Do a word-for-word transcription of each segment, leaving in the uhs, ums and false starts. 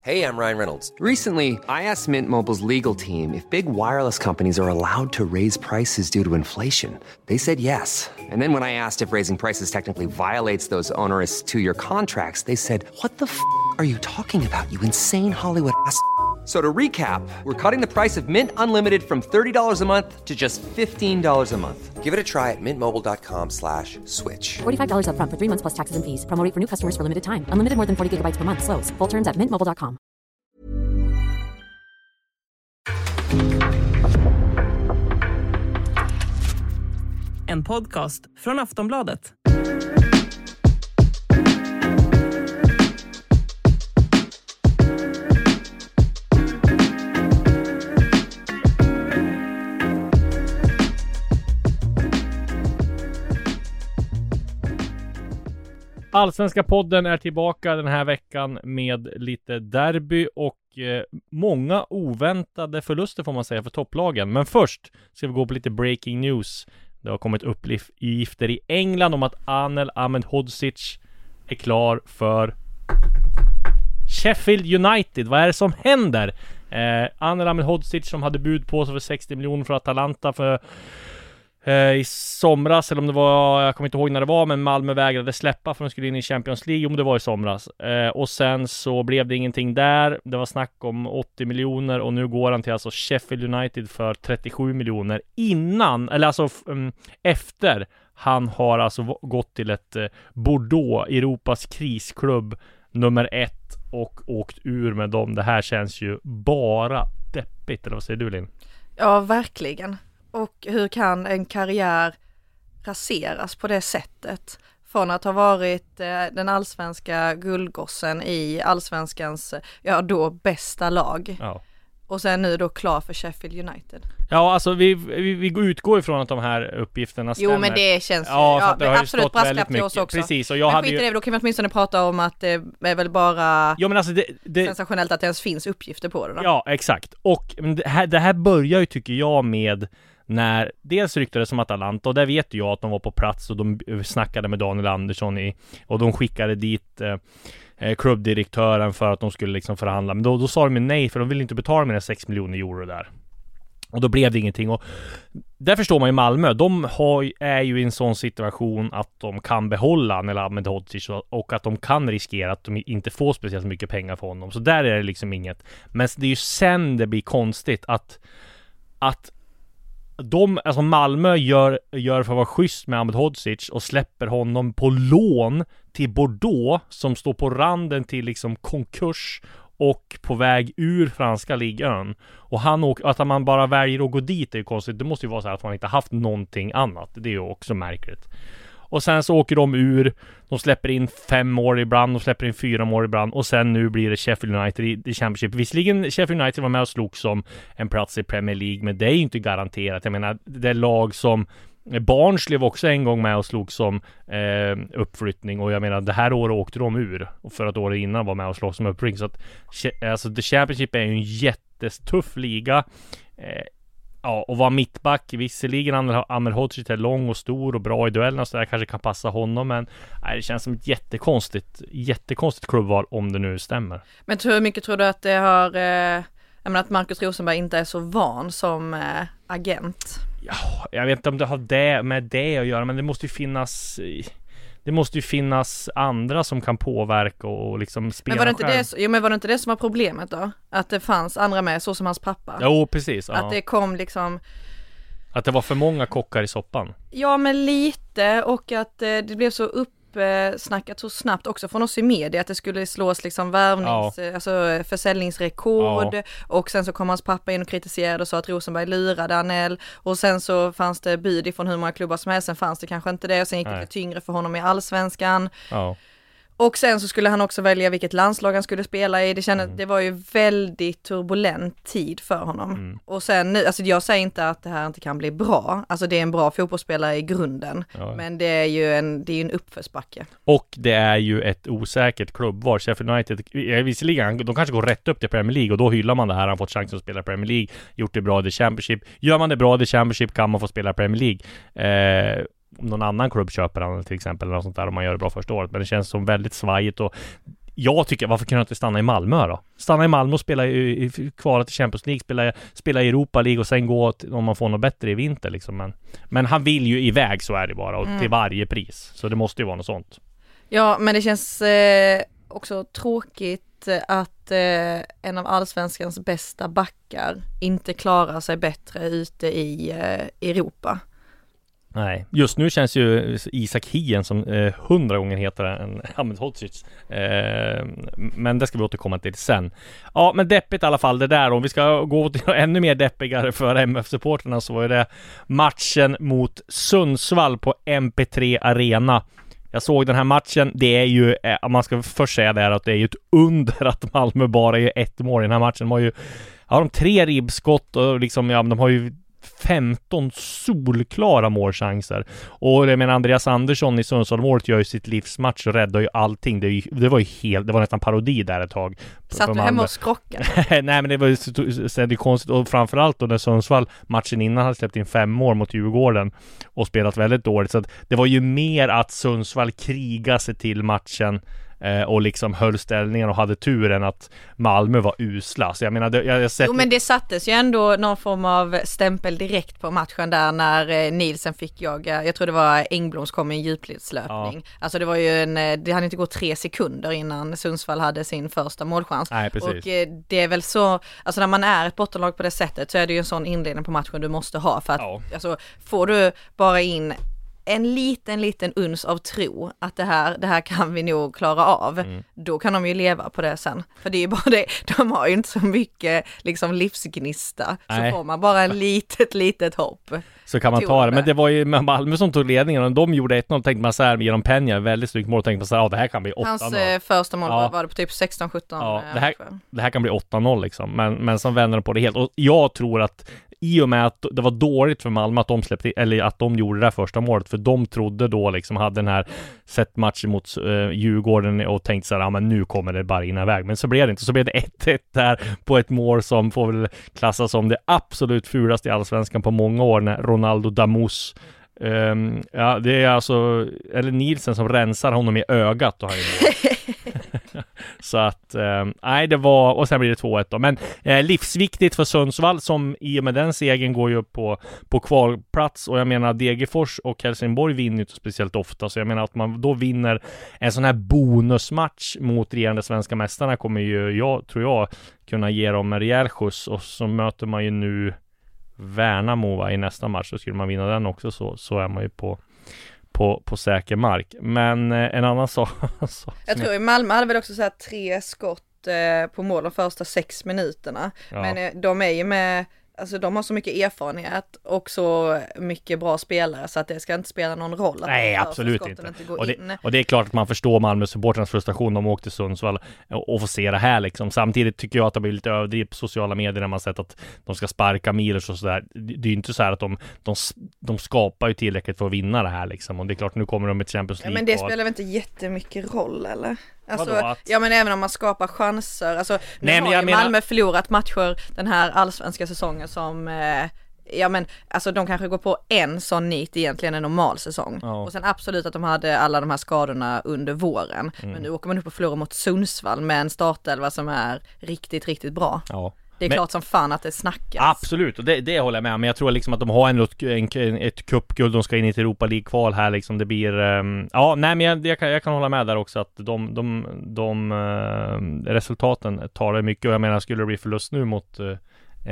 Hey, I'm Ryan Reynolds. Recently, I asked Mint Mobile's legal team if big wireless companies are allowed to raise prices due to inflation. They said yes. And then when I asked if raising prices technically violates those onerous two-year contracts, they said, what the f*** are you talking about, you insane Hollywood ass f- So to recap, we're cutting the price of Mint Unlimited from thirty dollars a month to just fifteen dollars a month. Give it a try at mintmobile.com slash switch. forty-five dollars up front for three months plus taxes and fees. Promo rate for new customers for limited time. Unlimited more than forty gigabytes per month. Slows full terms at mint mobile dot com. En podcast från Aftonbladet. Allsvenska podden är tillbaka den här veckan med lite derby och eh, många oväntade förluster får man säga för topplagen. Men först ska vi gå på lite breaking news. Det har kommit uppgifter i England om att Anel Ahmedhodzic är klar för Sheffield United. Vad är det som händer? Eh, Anel Ahmedhodzic som hade bud på sig för sextio miljoner för Atalanta för i somras, eller om det var, jag kommer inte ihåg när det var, men Malmö vägrade släppa för att de skulle in i Champions League, om det var i somras. Eh, och sen så blev det ingenting där. Det var snack om åttio miljoner och nu går han till alltså Sheffield United för trettiosju miljoner innan, eller alltså um, efter han har alltså gått till ett eh, Bordeaux, Europas krisklubb nummer ett, och åkt ur med dem. Det här känns ju bara deppigt, eller vad säger du, Linn? Ja, verkligen. Och hur kan en karriär raseras på det sättet? Från att ha varit eh, den allsvenska guldgossen i allsvenskans, ja då, bästa lag. Ja. Och sen nu då klar för Sheffield United. Ja, alltså vi, vi, vi utgår ifrån att de här uppgifterna stämmer. Jo, men det känns ju, ja, ja, det har absolut brasklapp till oss också. Precis, och jag men hade skit i ju... det, då kan vi åtminstone prata om att det är väl bara ja, men alltså det, det... sensationellt att det ens finns uppgifter på det då. Ja, exakt. Och det här, det här börjar ju, tycker jag, med när dels ryktades som Atalanta, och där vet jag att de var på plats och de snackade med Daniel Andersson i, och de skickade dit eh, klubbdirektören för att de skulle liksom förhandla, men då, då sa de ju nej, för de ville inte betala mina sex miljoner euro där. Och då blev det ingenting, och där förstår man ju Malmö, de har, är ju i en sån situation att de kan behålla Anel Ahmedhodzic och att de kan riskera att de inte får speciellt mycket pengar för honom, så där är det liksom inget. Men det är ju sen det blir konstigt att att de, alltså Malmö gör, gör för att vara schysst med Ahmedhodzic och släpper honom på lån till Bordeaux som står på randen till liksom konkurs och på väg ur franska ligan. Och han åker, att man bara väljer att gå dit är ju konstigt. Det måste ju vara så här att man inte haft någonting annat. Det är ju också märkligt. Och sen så åker de ur, de släpper in fem år ibland, de släpper in fyra år ibland, och sen nu blir det Sheffield United i, i Championship. Visserligen Sheffield United var med och slog som en plats i Premier League, men det är ju inte garanterat. Jag menar, det är lag som Barnsley var också en gång med och slog som eh, uppflyttning, och jag menar, det här året åkte de ur, och för att året innan var med och slog som uppflyttning. Så att, alltså, The Championship är ju en jättetuff liga. Eh, Ja, och var mittback, visserligen Ahmedhodzic är lång och stor och bra i duellerna, så det kanske kan passa honom, men nej, det känns som ett jättekonstigt jättekonstigt klubbval om det nu stämmer. Men hur mycket tror du att det har eh, jag menar att Marcus Rosenberg inte är så van som eh, agent? Ja, jag vet inte om det har det med det att göra, men det måste ju finnas det måste ju finnas andra som kan påverka och liksom spela. Men var det inte det, jo, men var det inte det som var problemet då? Att det fanns andra med, så som hans pappa? Jo, precis. Att ja. det kom liksom... Att det var för många kockar i soppan? Ja, men lite, och att eh, det blev så uppsnackat så snabbt också från oss i media att det skulle slås liksom värvnings, ja. alltså försäljningsrekord, ja. Och sen så kom hans pappa in och kritiserade och sa att Rosenberg lurade Anel, och sen så fanns det bud ifrån hur många klubbar som helst, sen fanns det kanske inte det, och sen gick Nej. det tyngre för honom i allsvenskan. Ja. Och sen så skulle han också välja vilket landslag han skulle spela i. Det kändes, mm. det var ju väldigt turbulent tid för honom. Mm. Och sen nu, alltså jag säger inte att det här inte kan bli bra. Alltså det är en bra fotbollsspelare i grunden. Ja. Men det är ju en, det är en uppförsbacke. Och det är ju ett osäkert klubbval. Sheffield United, visserligen, de kanske går rätt upp till Premier League och då hyllar man det här. Han har fått chansen att spela Premier League, gjort det bra i The Championship. Gör man det bra i The Championship kan man få spela Premier League. Eh, om någon annan klubb köper han till exempel eller något sånt där, om man gör det bra första året. Men det känns som väldigt svajigt, och jag tycker, varför kan jag inte stanna i Malmö då? Stanna i Malmö och spela i, i kvala till Champions League, spela, spela i Europa League och sen gå till, om man får något bättre i vinter liksom. Men, men han vill ju iväg, så är det bara, och mm. till varje pris. Så det måste ju vara något sånt. Ja, men det känns eh, också tråkigt att eh, en av allsvenskans bästa backar inte klarar sig bättre ute i eh, Europa. Nej, just nu känns ju Isak Hien som eh, hundra gånger heter än Ahmed Hodzic. Eh, men det ska vi återkomma till sen. Ja, men deppigt i alla fall det där. Om vi ska gå till ännu mer deppigare för M F-supporterna, så var det matchen mot Sundsvall på M P tre Arena. Jag såg den här matchen. Det är ju, man ska först säga där att det är ju ett under att Malmö bara är ett mål i den här matchen. De har ju, har de tre ribbskott och liksom, ja, de har ju femton solklara målchanser. Och det menar Andreas Andersson i Sundsvall-målet gör ju sitt livsmatch och räddar ju allting. Det, är ju, det var ju helt, det var nästan parodi där ett tag. Satt du hemma och skrockade? Nej, men det var ju så, så det är konstigt. Och framförallt då när Sundsvall matchen innan hade släppt in fem mål mot Djurgården och spelat väldigt dåligt. Så att det var ju mer att Sundsvall krigade sig till matchen och liksom höll ställningen och hade turen att Malmö var usla. Så jag menar, det, jag har sett... Jo, men det sattes ju ändå någon form av stämpel direkt på matchen där när Nielsen fick jaga, jag tror det var Engbloms kom i en djupledslöpning. Ja. Alltså det var ju en, det hade inte gått tre sekunder innan Sundsvall hade sin första målchans. Nej, precis. Och det är väl så, alltså när man är ett bottenlag på det sättet så är det ju en sån inledning på matchen du måste ha för att, ja. Alltså får du bara in en liten, liten uns av tro att det här, det här kan vi nog klara av, mm. då kan de ju leva på det sen. För det är ju bara det, de har ju inte så mycket liksom livsgnista. Nej. Så får man bara en litet, litet hopp. Så kan man ta det. Men det var ju Malmö som tog ledningen och de gjorde ett noll, tänkte man så här genom Penja, väldigt snyggt mål, tänkte man så här, ja det här kan bli åtta noll. Hans eh, första mål ja. var det på typ sexton sjutton. Ja, det här, det här kan bli åtta noll liksom. Men, men som vänder på det helt. Och jag tror att i och med att det var dåligt för Malmö att de släppte, eller att de gjorde det där första målet, för de trodde då liksom, hade den här sett matchen mot uh, Djurgården och tänkt så här, ja men nu kommer det bara in i väg. Men så blev det inte, så blev det ett ett där på ett mål som får väl klassas som det absolut fulaste i allsvenskan på många år, när Ronaldo Damus um, ja det är alltså, eller Nielsen som rensar honom i ögat och har så att, eh, nej det var, och sen blir det två ett då. Men eh, livsviktigt för Sundsvall som i och med den segern går ju upp på, på kvalplats, och jag menar Degerfors och Helsingborg vinner inte speciellt ofta, så jag menar att man då vinner en sån här bonusmatch mot regerande svenska mästarna kommer ju, jag tror jag, kunna ge dem en rejäl skjuts. Och så möter man ju nu Värnamo va, i nästa match, så skulle man vinna den också, så, så är man ju på På, på säker mark. Men eh, en annan sak så, jag tror i Malmö hade väl också så här tre skott eh, på mål de första sex minuterna. Ja. Men eh, de är ju med, alltså de har så mycket erfarenhet och så mycket bra spelare så att det ska inte spela någon roll. Att Nej, absolut inte. inte och, det, och det är klart att man förstår Malmö-supporternas frustration. De åkte till Sundsvall och, och får se det här liksom. Samtidigt tycker jag att det blir lite överdrivet på sociala medier när man sett att de ska sparka Milos och sådär. Det är ju inte så här att de, de, de skapar ju tillräckligt för att vinna det här liksom. Och det är klart, nu kommer de med Champions League. Ja, men det spelar väl inte jättemycket roll, eller? Alltså, att... Ja, men även om man skapar chanser. Alltså, nu Nej, har ju Malmö menar... förlorat matcher den här allsvenska säsongen som, eh, ja men, alltså de kanske går på en sån nit egentligen en normal säsong. Oh. Och sen absolut att de hade alla de här skadorna under våren. Mm. Men nu åker man upp och förlorar mot Sundsvall med en startelva som är riktigt, riktigt bra. Ja. Oh. Det är men, klart som fan att det snackas. Absolut, och det, det håller jag med om. Men jag tror liksom att de har en, en, ett cupguld. De ska in i ett Europa League-kval här liksom. Det blir, um, ja, nej men jag, jag, kan, jag kan hålla med där också. Att de, de, de uh, resultaten tar det mycket. Och jag menar, skulle det bli förlust nu mot uh,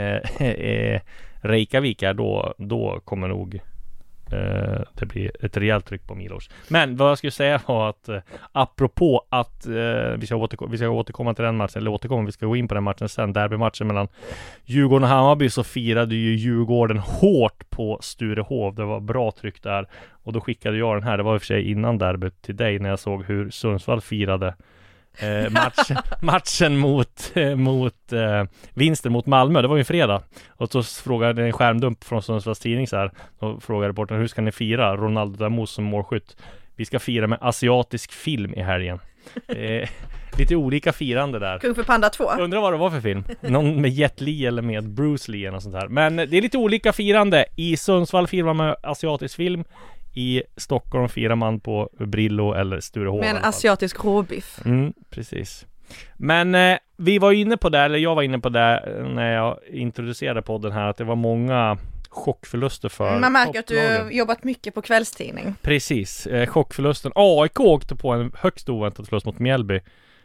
uh, Reykjavik här, då, då kommer nog Uh, det blir ett rejält tryck på Milos. Men vad jag skulle säga var att uh, apropå att uh, vi, ska återkom- vi ska återkomma till den matchen, eller återkomma, vi ska gå in på den matchen sen, derbymatchen mellan Djurgården och Hammarby, så firade ju Djurgården hårt på Sturehov. Det var bra tryck där, och då skickade jag den här, det var i och för sig innan derbyt till dig, när jag såg hur Sundsvall firade Eh, match, matchen mot, eh, mot eh, vinsten mot Malmö. Det var ju en fredag. Och så frågade en skärmdump från Sundsvalls tidning så här. Och frågade reportern, hur ska ni fira Ronaldo Damus som målskytt? Vi ska fira med asiatisk film i helgen. Eh, lite olika firande där. Kung för Panda två. Undrar vad det var för film. Någon med Jet Li eller med Bruce Lee eller sånt här. Men det är lite olika firande. I Sundsvall firar man med asiatisk film. I Stockholm firar man på Brillo eller Sturehof. Med en asiatisk råbiff. Mm, precis. Men eh, vi var inne på det, eller jag var inne på det när jag introducerade podden här, att det var många chockförluster för Man märker topplagen. att du jobbat mycket på kvällstidning. Precis, eh, chockförlusten. A I K åkte på en högst oväntad förlust mot Mjällby.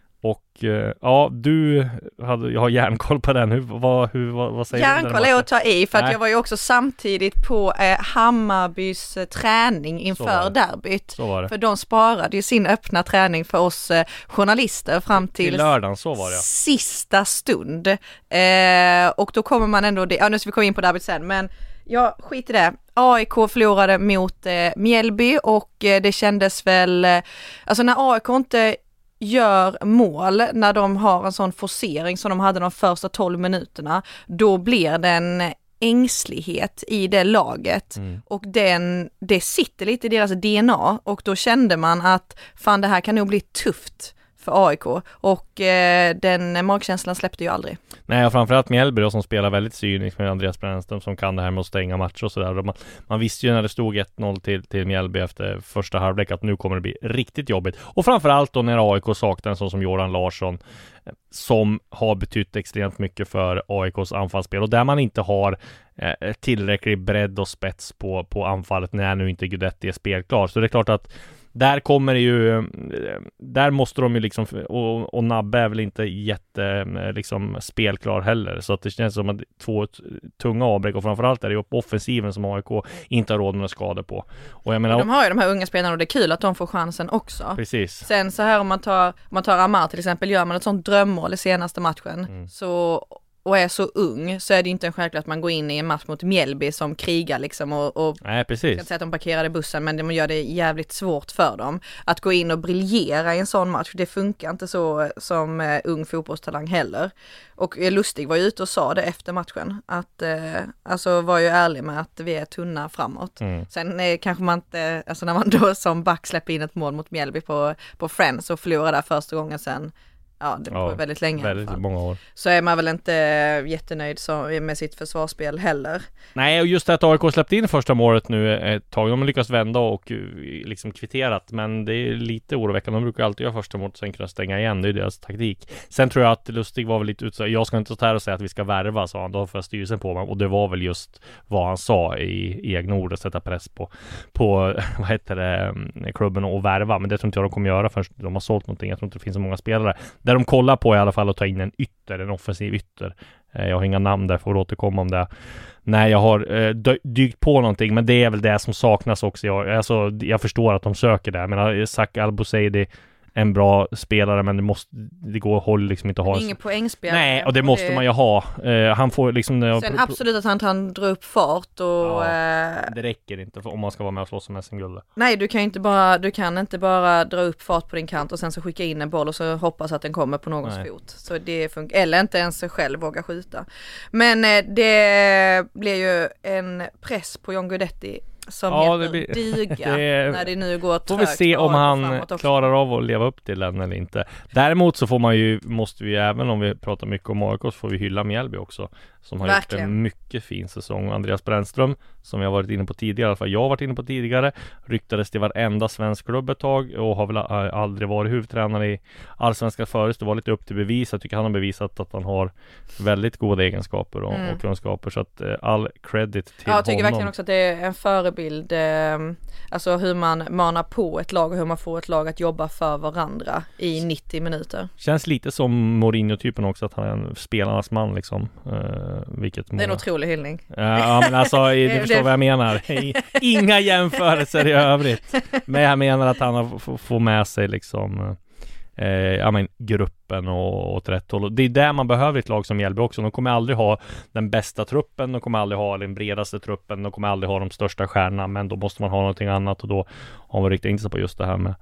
Och eh, ja, du hade, jag har järnkoll på den. Hur, vad, hur, vad, vad säger järnkoll du? Järnkoll är att ta i, för att Nej. jag var ju också samtidigt på eh, Hammarbys eh, träning inför derbyt. Så var det. För de sparade ju sin öppna träning för oss eh, journalister fram till, till lördagen, så var det. Sista stund. Eh, och då kommer man ändå, ja nu ska vi komma in på derbyt sen, men ja, skit i det. A I K förlorade mot eh, Mjällby och eh, det kändes väl, eh, alltså när A I K inte gör mål, när de har en sån forcering som de hade de första tolv minuterna, då blir det en ängslighet i det laget mm. och den, det sitter lite i deras D N A och då kände man att fan, det här kan nog bli tufft för A I K och eh, den magkänslan släppte ju aldrig. Nej, och framförallt Mjällby då, som spelar väldigt cyniskt med Andreas Brännström som kan det här med att stänga matcher och sådär. Man, man visste ju när det stod ett noll till, till Mjällby efter första halvlek att nu kommer det bli riktigt jobbigt. Och framförallt då när A I K saknar en sån som Jordan Larsson som har betytt extremt mycket för A I K:s anfallsspel och där man inte har eh, tillräcklig bredd och spets på, på anfallet när nu inte Guidetti är spelklar. Så det är klart att där kommer det ju, där måste de ju liksom, och, och Nabbe är väl inte jätte liksom spelklar heller, så att det känns som att två tunga avbräck och framförallt är det ju på offensiven som A I K inte har råd med skada på. Och jag menar, de har ju de här unga spelarna och det är kul att de får chansen också. Precis. Sen så här om man tar, om man tar Amar till exempel, gör man ett sånt drömmål i senaste matchen mm. så och är så ung så är det inte en självklart att man går in i en match mot Mjällby som krigar liksom och, och Nej, precis. Jag kan säga att de parkerade bussen, men de gör det jävligt svårt för dem att gå in och briljera i en sån match. Det funkar inte så som uh, ung fotbollstalang heller. Och Lustig var ju ute och sa det efter matchen att uh, alltså var ju ärlig med att vi är tunna framåt. Mm. Sen uh, kanske man inte, alltså när man då som back släpper in ett mål mot Mjällby på, på Friends och förlorar där första gången sen. Ja, det var ja, väldigt länge. Väldigt många år. Så är man väl inte jättenöjd med sitt försvarsspel heller. Nej, och just att A I K släppte in första målet nu ett tag. De har lyckats vända och liksom kvitterat. Men det är lite oroväckande. De brukar alltid göra första målet och sen kunna stänga igen. Det är deras taktik. Sen tror jag att Lustig var väl lite utsatt. Jag ska inte stå här och säga att vi ska värva, sa han. Då får styrelsen på mig. Och det var väl just vad han sa i egna ord. Att sätta press på, på vad heter det, klubben och värva. Men det tror inte jag de kommer göra förrän de har sålt någonting. Jag tror inte det finns så många spelare. Där de kollar på i alla fall att ta in en ytter, en offensiv ytter. Jag har inga namn där, får återkomma om det. Nej, jag har eh, dykt på någonting, men det är väl det som saknas också. Jag, alltså, jag förstår att de söker det. Men Zak Al-Busaidi, en bra spelare, men det måste det går håll liksom inte att ha. Ingen poängspelare. Nej, och det måste det... man ju ha. Uh, han får liksom sen absolut att han han drar upp fart och ja, uh... det räcker inte för, om man ska vara med och slåss om S M-guld. Nej, du kan ju inte bara du kan inte bara dra upp fart på din kant och sen så skicka in en boll och så hoppas att den kommer på någons Nej. fot. Så det funkar, eller inte ens själv våga skjuta. Men uh, det blir ju en press på John Guidetti som ja, heter det blir, Dyga det, när det nu går trögt. Får vi se om han klarar av att leva upp till den eller inte. Däremot så får man ju, måste vi även om vi pratar mycket om A I K så får vi hylla Mjällby också, som har Verkligen. gjort en mycket fin säsong. Andreas Brännström, som jag har varit inne på tidigare, i alla fall jag har varit inne på tidigare, ryktades till varenda svensk klubb ett tag och har väl aldrig varit huvudtränare i allsvenska förut. Det var lite upp till bevis. Jag tycker han har bevisat att han har väldigt goda egenskaper och, mm. och kunskaper, så att eh, all credit till honom. Ja, jag tycker honom. verkligen också att det är en förebild, eh, alltså hur man manar på ett lag och hur man får ett lag att jobba för varandra i nittio minuter. Känns lite som Mourinho-typen också, att han är en spelarnas man liksom. Eh, vilket det är en otrolig hyllning. Ja, men alltså, du förstår vad jag menar. Inga jämförelser i övrigt. Men jag menar att han har fått med sig liksom eh, ja, men, gruppen och åt rätt håll. Det är där man behöver ett lag som Mjällby också. De kommer aldrig ha den bästa truppen, de kommer aldrig ha den bredaste truppen, de kommer aldrig ha de största stjärnorna, men då måste man ha någonting annat och då har man riktigt inte på just det här med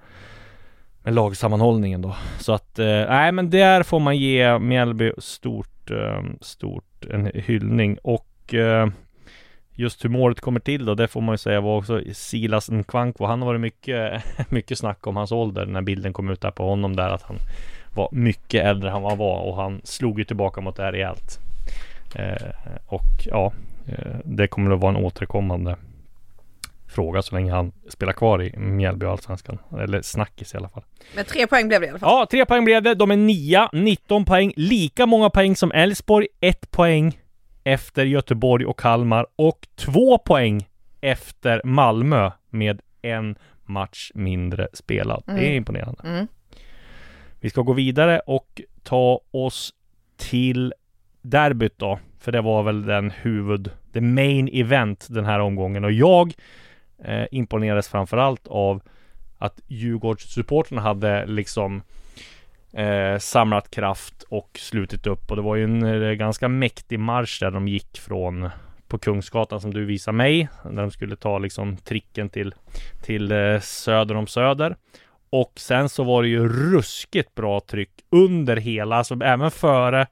med lagsammanhållningen då. Så att, eh, nej men där får man ge Mjällby stort, eh, stort en hyllning. Och eh, just hur målet kommer till då, det får man ju säga var också Silas Nkwankwo. Han har varit mycket, mycket snack om hans ålder när bilden kom ut där på honom där, att han var mycket äldre än han var och han slog ju tillbaka mot det här rejält. Eh, och ja, eh, det kommer att vara en återkommande fråga så länge han spelar kvar i Mjällby och Allsvenskan. Eller snackis i alla fall. Men tre poäng blev det i alla fall. Ja, tre poäng blev det. De är nia, nitton poäng. Lika många poäng som Elfsborg. Ett poäng efter Göteborg och Kalmar. Och två poäng efter Malmö med en match mindre spelad. Mm. Det är imponerande. Mm. Vi ska gå vidare och ta oss till derbyt då. För det var väl den huvud, the main event den här omgången. Och jag eh, imponerades framförallt av att Djurgårdssupporterna hade liksom eh, samlat kraft och slutit upp. Och det var ju en eh, ganska mäktig marsch där de gick från på Kungsgatan som du visar mig. Där de skulle ta liksom tricken till, till eh, söder om Söder. Och sen så var det ju ruskigt bra tryck under hela, alltså även före,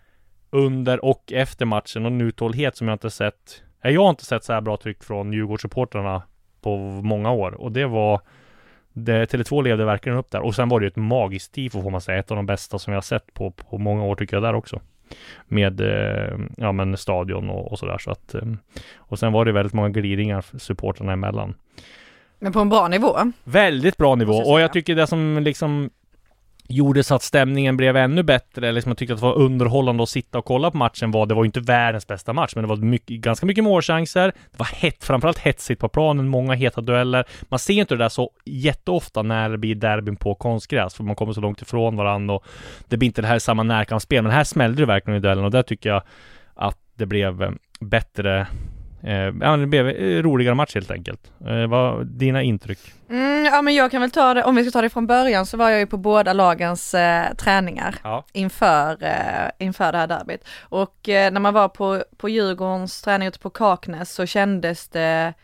under och efter matchen. Och en uthållighet som jag inte sett, jag har inte sett så här bra tryck från Djurgårdssupporterna på många år. Och det var, det, Tele två levde verkligen upp där. Och sen var det ju ett magiskt tifo får man säga, ett av de bästa som jag har sett på, på många år tycker jag där också. Med eh, ja, men stadion och, och sådär. Så att, eh, och sen var det väldigt många glidningar supporterna emellan. Men på en bra nivå. Väldigt bra nivå. Och jag tycker det som liksom gjorde så att stämningen blev ännu bättre, eller som jag tyckte att det var underhållande att sitta och kolla på matchen var, det var ju inte världens bästa match, men det var mycket, ganska mycket målchanser. Det var hett, framförallt hetsigt på planen, många heta dueller. Man ser inte det där så jätteofta när det blir derbyn på konstgräs, för man kommer så långt ifrån varandra och det blir inte det här samma närkampsspel, men här smällde det verkligen i duellen och där tycker jag att det blev bättre. Eh, ja, det blev en roligare match helt enkelt. Eh, vad dina intryck? Mm, ja, men jag kan väl ta det, om vi ska ta det från början, så var jag ju på båda lagens eh, träningar ja. inför, eh, inför det här derbyt. Och eh, när man var på, på Djurgårdens träning ute på Kaknäs så kändes det,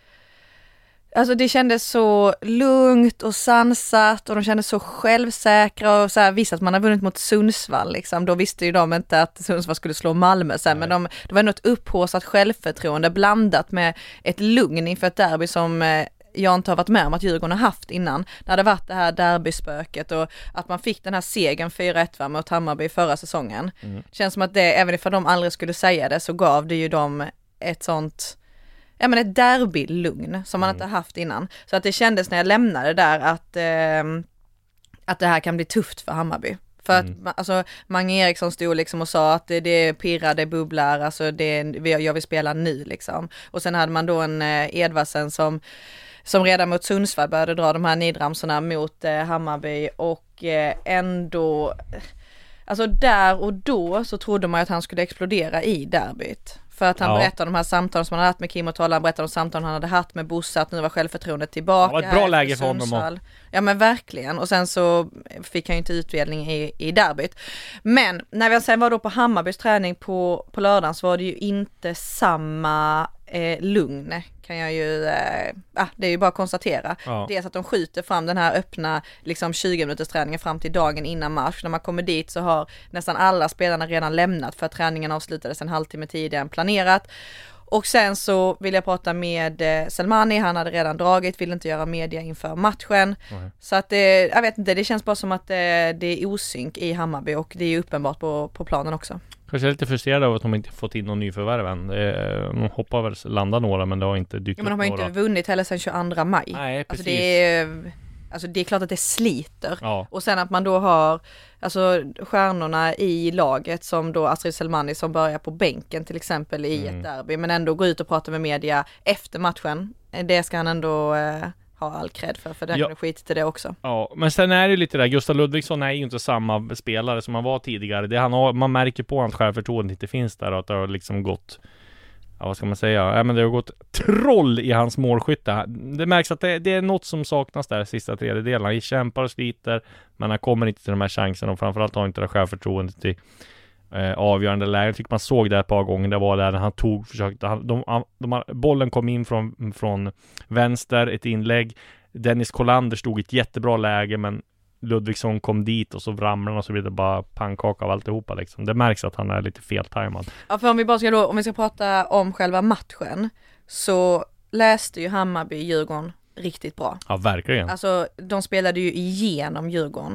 alltså det kändes så lugnt och sansat och de kändes så självsäkra och så här, visst att man har vunnit mot Sundsvall liksom, då visste ju de inte att Sundsvall skulle slå Malmö sen. Nej. Men de, det var något upphaussat självförtroende blandat med ett lugn inför ett derby som eh, jag inte har varit med om att Djurgården har haft innan. Det hade varit det här derbyspöket och att man fick den här segern fyra ett mot Hammarby förra säsongen. Mm. Det känns som att det, även ifall de aldrig skulle säga det, så gav det ju dem ett sånt, ja men ett derbylugn som man mm. inte haft innan. Så att det kändes när jag lämnade där att, eh, att det här kan bli tufft för Hammarby. För mm. att alltså, Mange Eriksson stod liksom och sa att det, det pirrar, det bubblar, alltså det, jag vill spela nu liksom. Och sen hade man då en eh, Edvardsen som, som redan mot Sundsvall började dra de här nidramsorna mot eh, Hammarby och eh, ändå, alltså där och då så trodde man att han skulle explodera i derbyt. För att han ja. berättade om de här samtalen som han hade haft med Kim och Tolla, han berättade om samtalen han hade haft med Bosse, att nu var självförtroendet tillbaka. Det var ett bra läge för honom. Och... Ja men verkligen, och sen så fick han ju inte utdelning i, i derbyt. Men när vi sen var då på Hammarbys träning på, på lördagen så var det ju inte samma eh, lugn, kan jag ju, eh, ah, det är ju bara att konstatera. Ja. Dels att de skjuter fram den här öppna liksom tjugo minuters träningen fram till dagen innan match. När man kommer dit så har nästan alla spelarna redan lämnat för att träningen avslutades en halvtimme tidigare än planerat. Och sen så vill jag prata med eh, Selmani, han hade redan dragit, ville inte göra media inför matchen. Mm. Så att det, jag vet inte, det känns bara som att det, det är osynk i Hammarby och det är ju uppenbart på, på planen också. Kanske är lite frustrerad av att de inte fått in någon nyförvärv än. De hoppar väl landa några, men det har inte dykt ja, men de har några. Inte vunnit heller sedan tjugoandra maj. Nej, precis. Alltså det är, alltså det är klart att det sliter. Ja. Och sen att man då har alltså stjärnorna i laget som då Astrid Selmani som börjar på bänken till exempel i mm. ett derby, men ändå går ut och pratar med media efter matchen. Det ska han ändå eh, ha all cred för, för den ja. skit till det också. Ja, men sen är det lite där, Gustav Ludvigsson är ju inte samma spelare som han var tidigare. Det han har, man märker på hans självförtroende inte finns där och att det har liksom gått, ja vad ska man säga, ja, men det har gått troll i hans målskytte. Det märks att det, det är något som saknas där sista tredjedelen. Han kämpar och sliter, men han kommer inte till de här chanserna och framförallt har inte det självförtroendet till eh, avgörande läge. Jag tycker man såg det ett par gånger. Det var där när han tog, försökte, han, de, de, de, bollen kom in från, från vänster, ett inlägg. Dennis Kolander stod i ett jättebra läge, men Ludvigsson kom dit och så ramlade och så blir det bara pannkaka av alltihopa liksom. Det märks att han är lite feltajmad. Ja, för om vi bara ska då, om vi ska prata om själva matchen, så läste ju Hammarby Djurgården riktigt bra. Ja, verkligen. Alltså, de spelade ju igenom Djurgården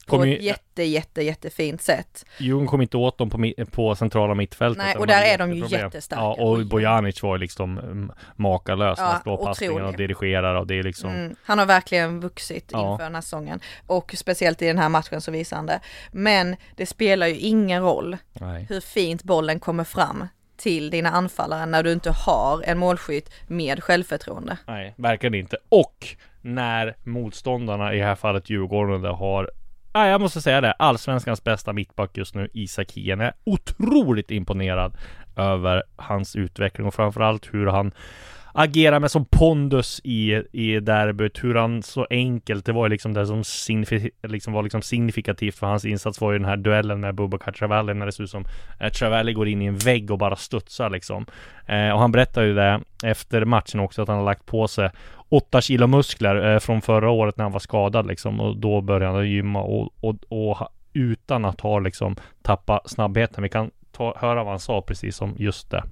på ett jätte, jätte, jättefint sätt. Djurgården kom inte åt dem på, på centrala mittfältet. Nej, och där är de ju problem. jättestarka. Ja, och Bojanic var liksom makalös. Ja, slår passningar och dirigerar. Och det är liksom... Mm, han har verkligen vuxit ja. inför den här säsongen. Och speciellt i den här matchen så visar han det. Men det spelar ju ingen roll Nej. hur fint bollen kommer fram till dina anfallare när du inte har en målskytt med självförtroende. Nej, verkligen inte. Och när motståndarna, i det här fallet Djurgården, har, nej, jag måste säga det, allsvenskans bästa mittback just nu, Isak Hien, är otroligt imponerad över hans utveckling och framförallt hur han agerar med som pondus i, i derbyt, hur han så enkelt, det var liksom det som signif- liksom var liksom signifikativt för hans insats var ju den här duellen med Bubakar Travalli när det ser ut som eh, Travalli går in i en vägg och bara studsar liksom. Eh, och han berättar ju det efter matchen också att han har lagt på sig åtta kilo muskler eh, från förra året när han var skadad liksom, och då började han gymma och, och, och utan att ha liksom tappa snabbheten. Vi kan ta, höra vad han sa precis om just det.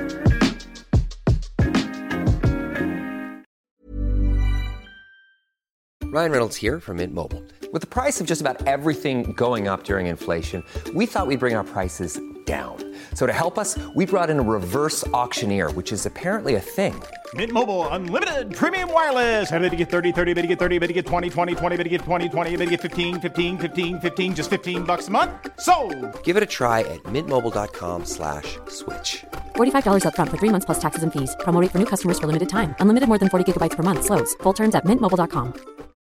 Ryan Reynolds here from Mint Mobile. With the price of just about everything going up during inflation, we thought we'd bring our prices down. So to help us, we brought in a reverse auctioneer, which is apparently a thing. Mint Mobile Unlimited Premium Wireless. How to get thirty, thirty, how to get thirty, how to get twenty, twenty, twenty, how to get twenty, twenty, how to get fifteen, fifteen, fifteen, fifteen, just fifteen bucks a month? Sold! Give it a try at mintmobile.com slash switch. forty-five dollars up front for three months plus taxes and fees. Promo rate for new customers for limited time. Unlimited more than forty gigabytes per month. Slows full terms at mint mobile dot com.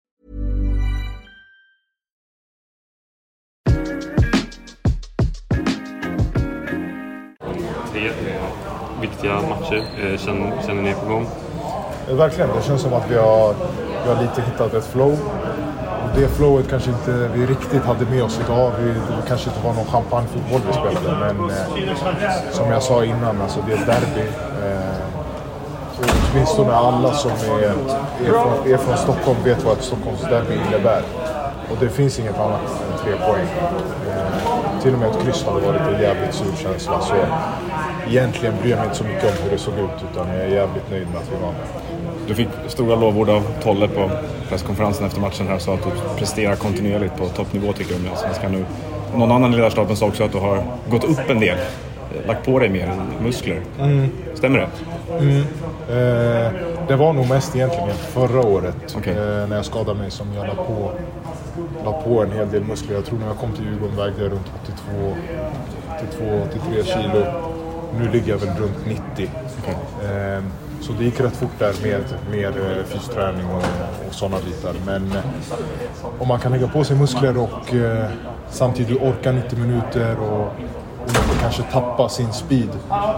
Tre viktiga matcher. Känner, känner ni på gång? Verkligen, det känns som att vi har, vi har lite hittat ett flow. Det flowet kanske inte vi riktigt hade med oss idag. Vi, det kanske inte var någon champagnefotboll vi spelade. Men eh, som jag sa innan, alltså, det är derby. Eh, åtminstone alla som är, är, från, är från Stockholm vet vad ett Stockholms derby innebär. Och det finns inget annat än tre poäng. Eh, till och med ett kryss hade varit en jävligt sur känsla. Så egentligen bryr jag mig inte så mycket om hur det såg ut, utan jag är jävligt nöjd med att vi vann. Du fick stora lovord av Tolle på presskonferensen efter matchen här och sa att du presterar kontinuerligt på toppnivå, tycker jag. Alltså, nu. Någon annan i ledarstaben sa också att du har gått upp en del, lagt på dig mer muskler. Mm. Stämmer det? Mm. Eh, det var nog mest egentligen förra året okay. eh, när jag skadade mig som jag la på, la på en hel del muskler. Jag tror när jag kom till Djurgården vägde jag runt åttiotvå till åttiotre kilo. Nu ligger jag väl runt nittio. Okay. Eh, så det gick rätt fort där med mer fysträning och, och sådana bitar. Men eh, om man kan lägga på sig muskler och eh, samtidigt orka nittio minuter och, och inte kanske tappa sin speed,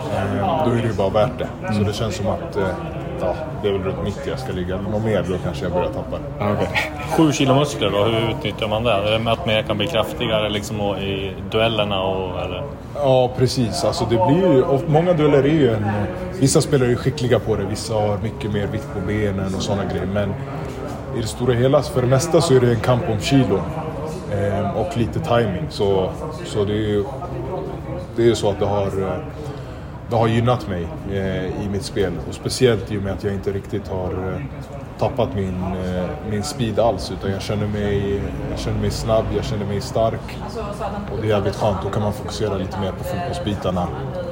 eh, då är det ju bara värt det. Mm. Så det känns som att eh, ja, det är väl runt nittio jag ska ligga. Något mer då kanske jag börjar tappa det. Okay. Sju kilo muskler då, hur utnyttjar man det? Är det med att man kan bli kraftigare liksom, i duellerna? Och, eller? Ja, precis. Alltså, det blir ju, många dueller är ju en... Vissa spelare är skickliga på det, vissa har mycket mer vikt på benen och sådana grejer. Men i det stora hela, för det mesta så är det en kamp om kilo. Eh, och lite timing. Så, så det är ju det är ju så att det har... Det har gynnat mig eh, i mitt spel. Och speciellt i och med att jag inte riktigt har eh, tappat min, eh, min speed alls. Utan jag känner, mig, jag känner mig snabb, jag känner mig stark. Och det är jävligt skönt. Då kan man fokusera lite mer på fotbollsbitarna.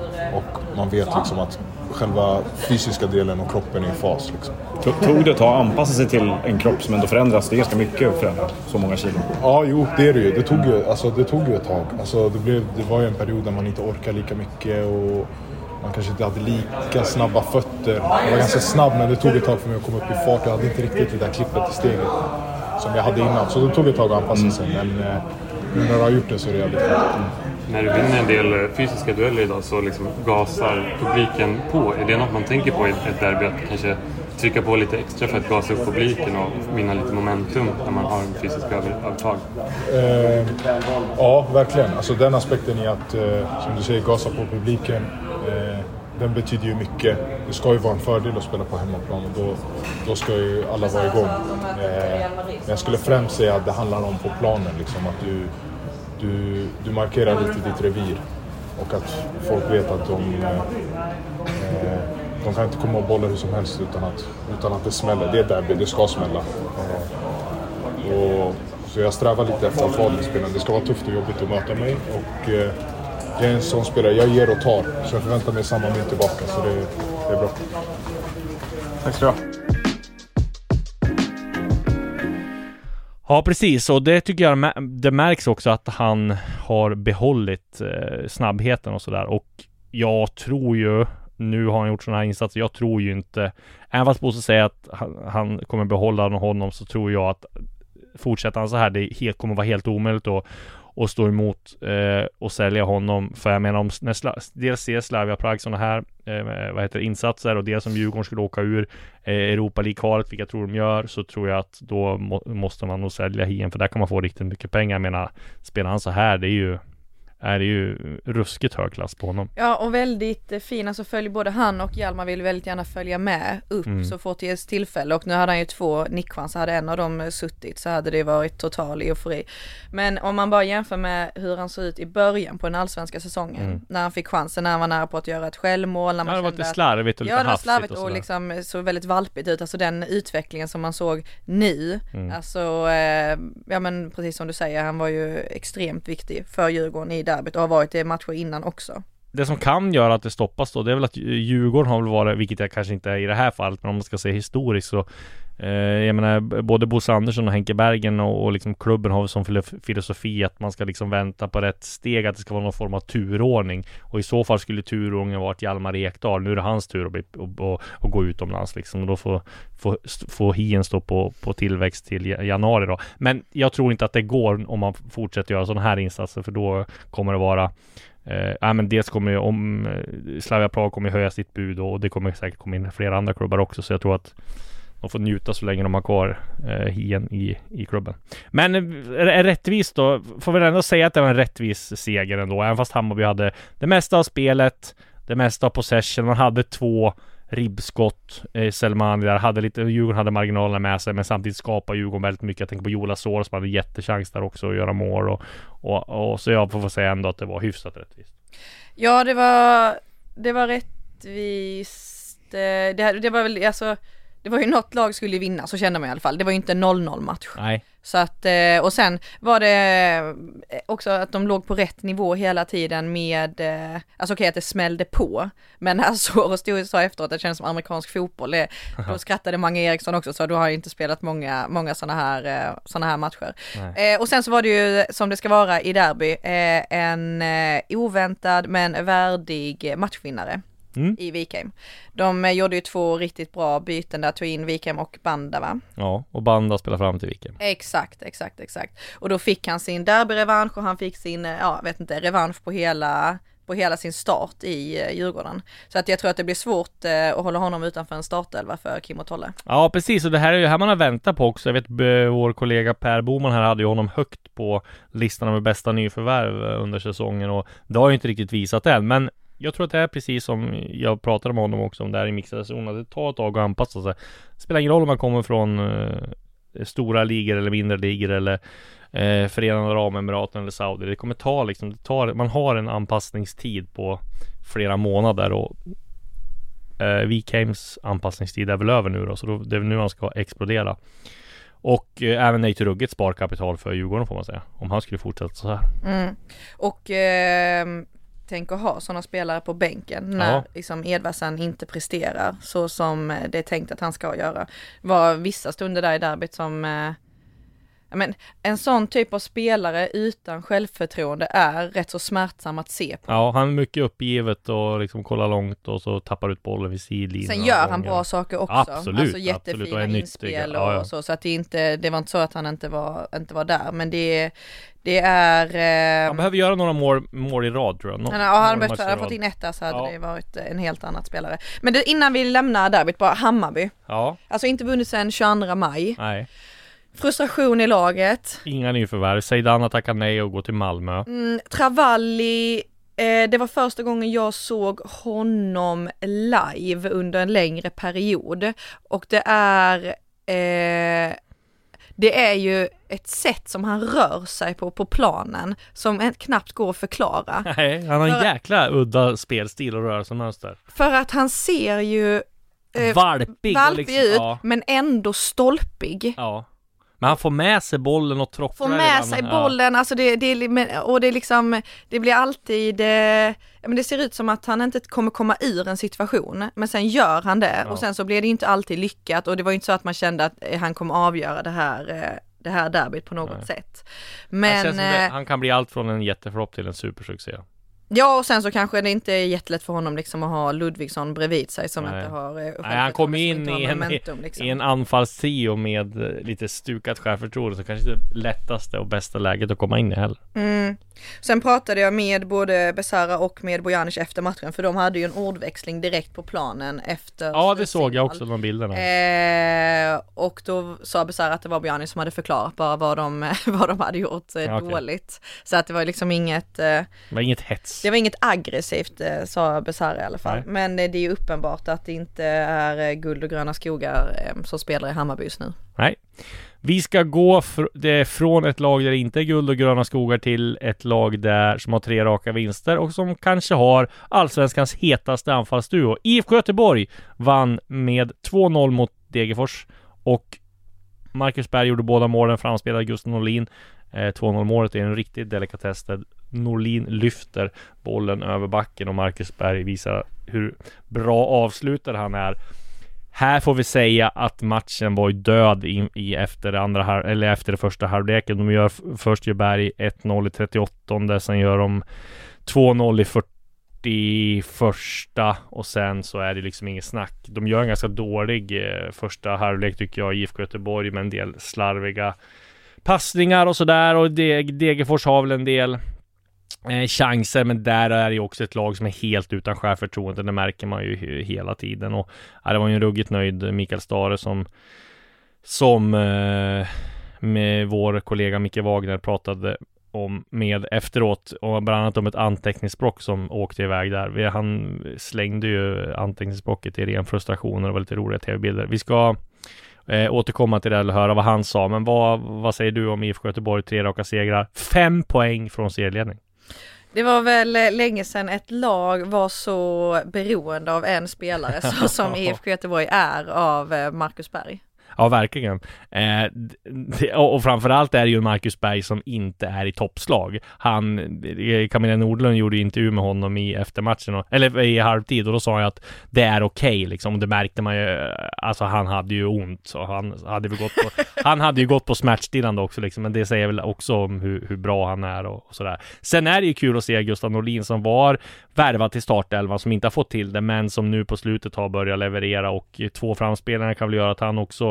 Och man vet liksom att själva fysiska delen och kroppen är i fas. Liksom. Tog det att ta anpassa sig till en kropp som ändå förändras? Det är ganska mycket förändrat, så många kilo. Ja, jo, det är det ju. Det tog ju, alltså, det tog ju ett tag. Alltså, det, blev, det var ju en period där man inte orkar lika mycket och man kanske inte hade lika snabba fötter. Jag var ganska snabb, men det tog ett tag för mig att komma upp i fart. Jag hade inte riktigt det där klippet i steget som jag hade innan. Så det tog ett tag att anpassa sig. Men nu när jag har gjort det så är det jävligt skönt. När du vinner en del fysiska dueller idag så liksom gasar publiken på. Är det något man tänker på i ett derby? Att kanske trycka på lite extra för att gasa upp publiken och vinna lite momentum när man har en fysisk övertag? Eh, ja, verkligen. Alltså den aspekten i att, eh, som du säger, gasa på publiken. Eh, den betyder ju mycket. Det ska ju vara en fördel att spela på hemmaplan och då, då ska ju alla vara igång. Eh, men jag skulle främst säga att det handlar om på planen. Liksom, att du, du, du markerar lite ditt revir och att folk vet att de, eh, de kan inte komma och bolla hur som helst utan att, utan att det smäller. Det är derby, det ska smälla. Eh, och, Så jag strävar lite efter att vara den spelaren. Det ska vara tufft och jobbigt att möta mig. Och eh, jag är en sån spelare. Jag ger och tar. Så jag förväntar mig samma mynt tillbaka. Så det, det är bra. Tack ska du ha. Ja, precis. Och det tycker jag det märks också att han har behållit eh, snabbheten och sådär. Och jag tror ju, nu har han gjort sådana här insatser, jag tror ju inte, även fast Bosse säger att han, han kommer behålla honom, så tror jag att fortsätter han så här, det helt, kommer vara helt omöjligt att, att stå emot eh, och sälja honom. För jag menar, om när Sla, dels ser Slavia Prag sådana här eh, vad heter det, insatser, och det som Djurgården skulle åka ur eh, Europa League-kvalet, vilka jag tror de gör, så tror jag att då må, måste man nog sälja Hien, för där kan man få riktigt mycket pengar. Jag menar, spelar han så här, det är ju är det ju ruskigt hög klass på honom. Ja, och väldigt eh, fin, alltså följer både han och Hjalmar vill väldigt gärna följa med upp mm. så fort det ges tillfälle, och nu hade han ju två nickchanser, hade en av dem suttit så hade det varit total eufori. Men om man bara jämför med hur han såg ut i början på den allsvenska säsongen, mm. när han fick chansen, när han var nära på att göra ett självmål, när man ja, det var lite slarvigt och lite ja, det var slarvigt och, och, och liksom så väldigt valpigt ut, alltså den utvecklingen som man såg nu, mm. alltså eh, ja men precis som du säger, han var ju extremt viktig för Djurgården i derbyt och har varit i matcher innan också. Det som kan göra att det stoppas då, det är väl att Djurgården har väl varit, vilket jag kanske inte är i det här fallet, men om man ska se historiskt så eh, jag menar, både Bosse Andersson och Henke Bergen och, och liksom klubben har som filosofi att man ska liksom vänta på rätt steg, att det ska vara någon form av turordning, och i så fall skulle turordningen vara att Hjalmar Ekdal, nu är det hans tur att, bli, att, att, att gå utomlands liksom, och då får, får, får Hien stå på, på tillväxt till januari då. Men jag tror inte att det går om man fortsätter göra sådana här insatser, för då kommer det vara Eh, ja, men dels kommer ju om eh, Slavia Prag kommer höja sitt bud, och det kommer säkert komma in flera andra klubbar också, så jag tror att de får njuta så länge de har kvar eh, Hien i, i klubben. Men är, är rättvist då, får väl ändå säga att det var en rättvis seger ändå, även fast Hammarby hade det mesta av spelet, det mesta av possession, man hade två ribbskott, eh, Selmani där hade lite, Djurgården hade marginalerna med sig, men samtidigt skapade Djurgården väldigt mycket. Jag tänker på Jola Sår som hade jättechans där också att göra mål, och, och, och så jag får säga ändå att det var hyfsat rättvist. Ja, det var det var rättvist. Det, det var väl, alltså det var ju något lag skulle vinna, så kände man i alla fall. Det var ju inte en noll noll match. Nej. Så att, och sen var det också att de låg på rätt nivå hela tiden med, alltså okej okay, att det smällde på, men alltså och stod och sa efteråt att det kändes som amerikansk fotboll. Det, då skrattade Mange Eriksson också, så du har ju inte spelat många, många sådana här, såna här matcher. Eh, och sen så var det ju, som det ska vara i derby, eh, en eh, oväntad men värdig matchvinnare. Mm. I Wikheim. De eh, gjorde ju två riktigt bra byten där, tog in Wikheim och Banda, va? Ja, och Banda spelar fram till Wikheim. Exakt, exakt, exakt. Och då fick han sin derbyrevansch, och han fick sin, ja, vet inte, revansch på hela, på hela sin start i eh, Djurgården. Så att jag tror att det blir svårt eh, att hålla honom utanför en startelva för Kim och Tolle. Ja, precis. Och det här är ju här man har väntat på också. Jag vet, b- vår kollega Per Boman här hade ju honom högt på listan med bästa nyförvärv under säsongen, och det har ju inte riktigt visat än, men jag tror att det är precis som jag pratade med honom också om där i mixade zonen, att det tar ett tag att anpassa sig. Det spelar ingen roll om man kommer från eh, stora ligor eller mindre ligor eller eh, Förenade Arabemiraten eller Saudi. Det kommer ta liksom, det tar, man har en anpassningstid på flera månader, och eh, Wikheims anpassningstid är väl över nu då, så då, det är nu han ska explodera. Och eh, även Nate Rugget sparkapital för Djurgården får man säga, om han skulle fortsätta så här. Mm. Och eh... tänk att ha sådana spelare på bänken när ja. liksom Edvardsen inte presterar så som det är tänkt att han ska göra. Var vissa stunder där i derbyt som eh, men, en sån typ av spelare utan självförtroende är rätt så smärtsam att se på. Ja, han är mycket uppgivet och liksom kollar långt och så tappar ut bollen vid sidlinjen. Sen gör han bra saker också. Absolut, alltså jättefina absolut, och inspel ja, ja. och så, så att det inte, det var inte så att han inte var, inte var där, men det det är... Eh, han behöver göra några mål, mål i rad tror jag. Nå- ja, han behövt, hade fått in ett där så hade ja. det varit en helt annat spelare. Men det, innan vi lämnar derbyt, bara Hammarby. Ja. Alltså inte vunnit sedan tjugoandra maj. Nej. Frustration i laget. Inga nyförvärv. Seidana tackar nej och går till Malmö. Mm, Travalli, eh, det var första gången jag såg honom live under en längre period. Och det är... Eh, det är ju ett sätt som han rör sig på på planen som knappt går att förklara. Nej, han har en jäkla udda spelstil och rörelsemönster. För att han ser ju... Eh, valpig. Valpig liksom, ut, ja. men ändå stolpig. Ja. Men han får med sig bollen och trocklar. Får med sig ja. bollen, alltså det, det, och det är liksom, det blir alltid, det, men det ser ut som att han inte kommer komma ur en situation, men sen gör han det ja. och sen så blir det inte alltid lyckat och det var inte så att man kände att han kommer avgöra det här, det här derbyt på något Nej. sätt. Men det, han kan bli allt från en jätteflopp till en supersuccé. Ja, och sen så kanske det inte är jättelätt för honom liksom att ha Ludvigsson bredvid sig som Nej. inte har... Nej, han kommer in i en, momentum, liksom. i en anfallstrio med lite stukat självförtroende, så kanske det lättaste och bästa läget att komma in i heller. Mm. Sen pratade jag med både Besara och med Bojanic efter matchen, för de hade ju en ordväxling direkt på planen efter... Ja, det såg jag också, de bilderna. Eh, och då sa Besara att det var Bojanic som hade förklarat bara vad de, vad de hade gjort eh, ja, okay. dåligt. Så att det var liksom inget... Eh, det var inget hets. Det var inget aggressivt, eh, sa Besara i alla fall. Nej. Men eh, det är ju uppenbart att det inte är eh, guld och gröna skogar eh, som spelar i Hammarby just nu. Nej. Vi ska gå fr- det från ett lag där det inte är guld och gröna skogar till ett lag där som har tre raka vinster och som kanske har allsvenskans hetaste anfallsduo. I F K Göteborg vann med två noll mot Degerfors och Marcus Berg gjorde båda målen, framspelade Gustav Norlin. Eh, två noll målet är en riktig delikatess där Norlin lyfter bollen över backen och Marcus Berg visar hur bra avslutare han är. Här får vi säga att matchen var död i, i efter, andra halv, eller efter det första halvleken. De gör först gör Berg ett noll i trettioåttonde, sen gör de två noll i fyrtioförsta och sen så är det liksom inget snack. De gör en ganska dålig eh, första halvlek tycker jag i I F K Göteborg med en del slarviga passningar och sådär, och Degerfors har väl en del Eh, chanser, men där är det också ett lag som är helt utan självförtroende. Det märker man ju hela tiden. Och ja, det var ju en ruggigt nöjd Mikael Stare som som eh, med vår kollega Micke Wagner pratade om med efteråt, och bland annat om ett anteckningsblock som åkte iväg där. Han slängde ju anteckningsblocket i ren frustration och det var lite roliga tv-bilder. Vi ska Eh, återkomma till det och höra vad han sa. Men vad, vad säger du om I F K Göteborg? Tre raka segrar, fem poäng från serieledning. Det var väl länge sedan ett lag var så beroende av en spelare så som I F K Göteborg är av Marcus Berg. Ja, verkligen. Eh, det, och framförallt är det ju Marcus Berg som inte är i toppslag. Han, Camilla Nordlund gjorde ju intervju med honom i eftermatchen, och, eller i halvtid, och då sa han att det är okej okay, liksom. Och det märkte man ju, alltså han hade ju ont, så han hade väl gått på, han hade ju gått på smärtstillande också liksom, men det säger väl också om hur, hur bra han är och, och sådär. Sen är det ju kul att se Gustav Norlin som var värvad till startelvan, som inte har fått till det, men som nu på slutet har börjat leverera, och två framspelare kan väl göra att han också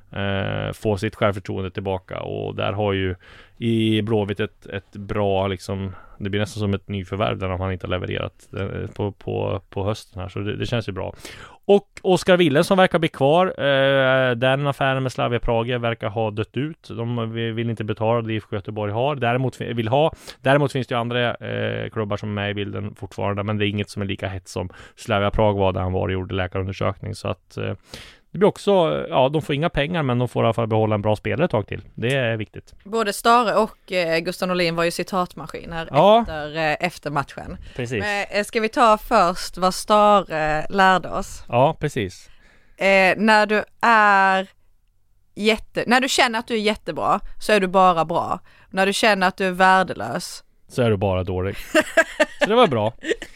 Uh, få sitt självförtroende tillbaka, och där har ju i Blåvitt ett, ett bra liksom, det blir nästan som ett nyförvärv där han inte har levererat uh, på, på, på hösten här, så det, det känns ju bra. Och Oskar Willen som verkar bli kvar, uh, den affären med Slavia Prague verkar ha dött ut. De vill inte betala det I F K Göteborg har, däremot vill ha. Däremot finns det ju andra uh, klubbar som är med i bilden fortfarande, men det är inget som är lika hett som Slavia Prague var där han var och gjorde läkarundersökning, så att uh, det blir också, ja, de får inga pengar, men de får i alla fall behålla en bra spelare ett tag till. Det är viktigt. Både Stare och eh, Gustav Norlin var ju citatmaskiner ja. efter, eh, efter matchen. Precis. Men, eh, ska vi ta först vad Stare eh, lärde oss? Ja, precis. Eh, när du är jätte, när du känner att du är jättebra så är du bara bra. När du känner att du är värdelös så är du bara dålig. Så det var bra.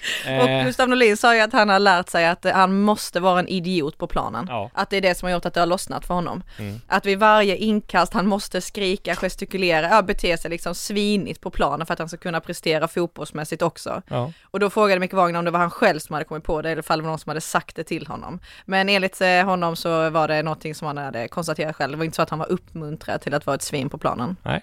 Och Gustav Norlin sa ju att han har lärt sig att han måste vara en idiot på planen. Ja. Att det är det som har gjort att det har lossnat för honom. Mm. Att vid varje inkast han måste skrika, gestikulera, ja, bete sig liksom svinigt på planen för att han ska kunna prestera fotbollsmässigt också. Ja. Och då frågade Micke Wagner om det var han själv som hade kommit på det, eller fall var någon som hade sagt det till honom. Men enligt honom så var det någonting som han hade konstaterat själv. Det var inte så att han var uppmuntrad till att vara ett svin på planen. Nej.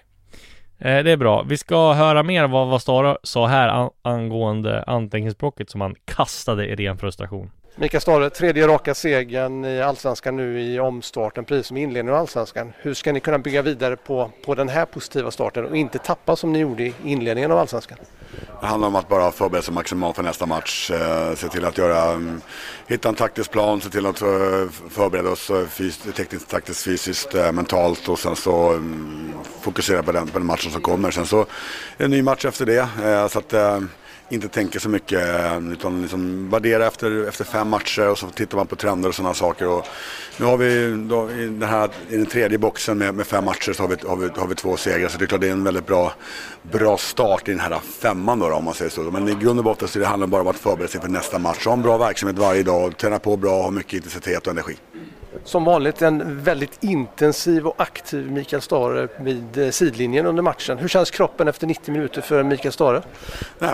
Det är bra. Vi ska höra mer vad, vad Stare sa här angående anteckningsblocket som han kastade i ren frustration. Mikael Stare, tredje raka segern i Allsvenskan nu i omstarten, precis som inledningen av Allsvenskan. Hur ska ni kunna bygga vidare på, på den här positiva starten och inte tappa som ni gjorde i inledningen av Allsvenskan? Det handlar om att bara förbereda sig maximalt för nästa match. Eh, se till att göra, um, hitta en taktisk plan, se till att uh, förbereda oss uh, fys- tekniskt, taktiskt, fysiskt, uh, mentalt, och sen så um, fokusera på den, på den matchen som kommer. Sen så är det en ny match efter det. Uh, så att uh, inte tänker så mycket utan liksom värdera efter, efter fem matcher och så tittar man på trender och sådana saker. Och nu har vi då, i, den här, i den tredje boxen med, med fem matcher så har vi, har, vi, har vi två segrar, så det är klart det är en väldigt bra, bra start i den här femman då, om man säger så. Men i grund och botten så det handlar bara om att förbereda sig för nästa match, ha en bra verksamhet varje dag, träna på bra, ha mycket intensitet och energi. Som vanligt en väldigt intensiv och aktiv Mikael Stahre vid sidlinjen under matchen. Hur känns kroppen efter nittio minuter för Mikael Stahre? Nej,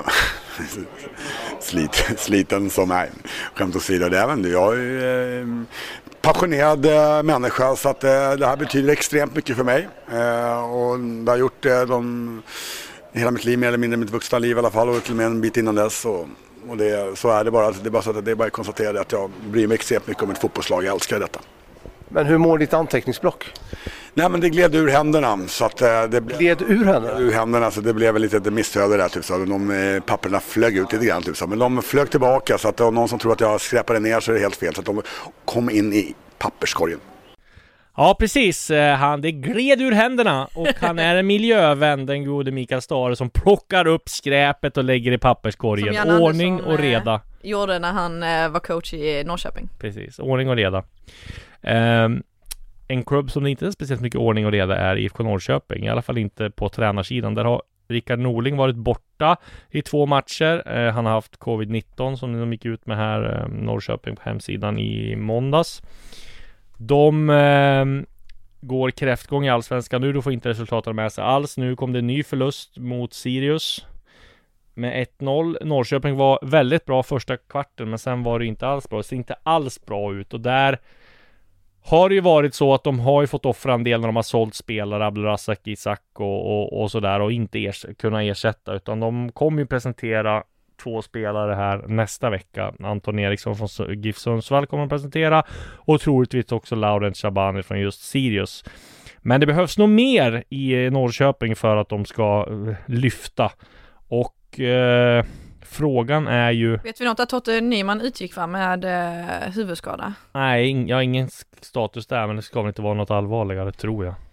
Slit, sliten som är. Skämt åsido, det är även jag är eh, passionerad eh, människa, så att eh, det här betyder extremt mycket för mig. Eh, och det har gjort eh, de, hela mitt liv, mer eller mindre mitt vuxna liv i alla fall, och till och med en bit innan dess. Och, och det, så är det bara. Det är bara så att det är bara att konstatera att jag bryr mig extremt mycket om ett fotbollslag. Jag älskar detta. Men hur mår ditt anteckningsblock? Nej, men det gled ur händerna. Så att det gled ur händerna? Ur händerna, så det blev lite missöde där. Typ, så de papperna flög ut lite grann. Typ, så. Men de flög tillbaka, så att om någon som tror att jag skräpade ner så är det helt fel. Så att de kom in i papperskorgen. Ja, precis. Han, det gled ur händerna och han är en miljövän, den gode Mikael Stahre, som plockar upp skräpet och lägger i papperskorgen. Ordning och reda. Gjorde när han var coach i Norrköping. Precis, ordning och reda. Um, en klubb som det inte är speciellt mycket ordning och reda är I F K Norrköping, i alla fall inte på tränarsidan. Där har Rickard Norling varit borta i två matcher. Uh, han har haft covid nitton som de gick ut med här, um, Norrköping på hemsidan i måndags. De um, går kräftgång i allsvenskan nu, då får inte resultaten med sig alls. Nu kom det en ny förlust mot Sirius med ett noll. Norrköping var väldigt bra första kvarten, men sen var det inte alls bra. Det ser inte alls bra ut, och där har det ju varit så att de har ju fått offra en del när de har sålt spelare, Abdulrazak, Isak och, och, och sådär, och inte ers- kunna ersätta, utan de kommer ju presentera två spelare här nästa vecka. Anton Eriksson från GIF Sundsvall kommer att presentera, och troligtvis också Laurent Shabani från just Sirius. Men det behövs nog mer i Norrköping för att de ska lyfta, och eh, frågan är ju... Vet vi något att Totte Nyman utgick va med eh, huvudskada? Nej, jag har ingen status där, men det ska väl inte vara något allvarligare, tror jag.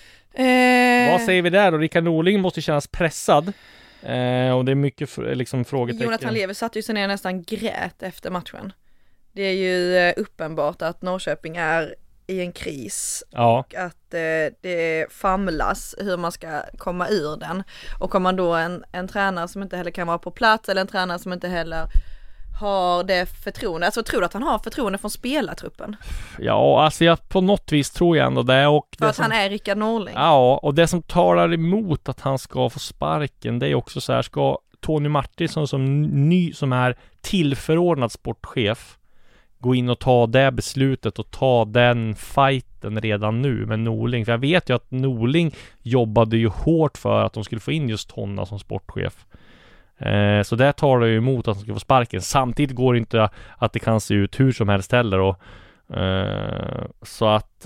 Eh... Vad säger vi där då? Rickard Norling måste kännas pressad. Eh, och det är mycket liksom frågetecken. Jonathan Lever satt ju sig ner nästan grät efter matchen. Det är ju uppenbart att Norrköping är i en kris, ja. Och att eh, det famlas hur man ska komma ur den. Och om man då en, en tränare som inte heller kan vara på plats, eller en tränare som inte heller har det förtroende, alltså tror du att han har förtroende från spelartruppen? Ja, alltså jag, på något vis tror jag ändå det. Och För det att som, han är Rickard Norling. Ja, och det som talar emot att han ska få sparken, det är också så här, ska Tony Martinsson som ny, som är tillförordnad sportchef, gå in och ta det beslutet och ta den fighten redan nu med Norling? För jag vet ju att Norling jobbade ju hårt för att de skulle få in just honom som sportchef. Eh, så det talar ju emot att de ska få sparken. Samtidigt går det inte att det kan se ut hur som helst heller. Och, eh, så att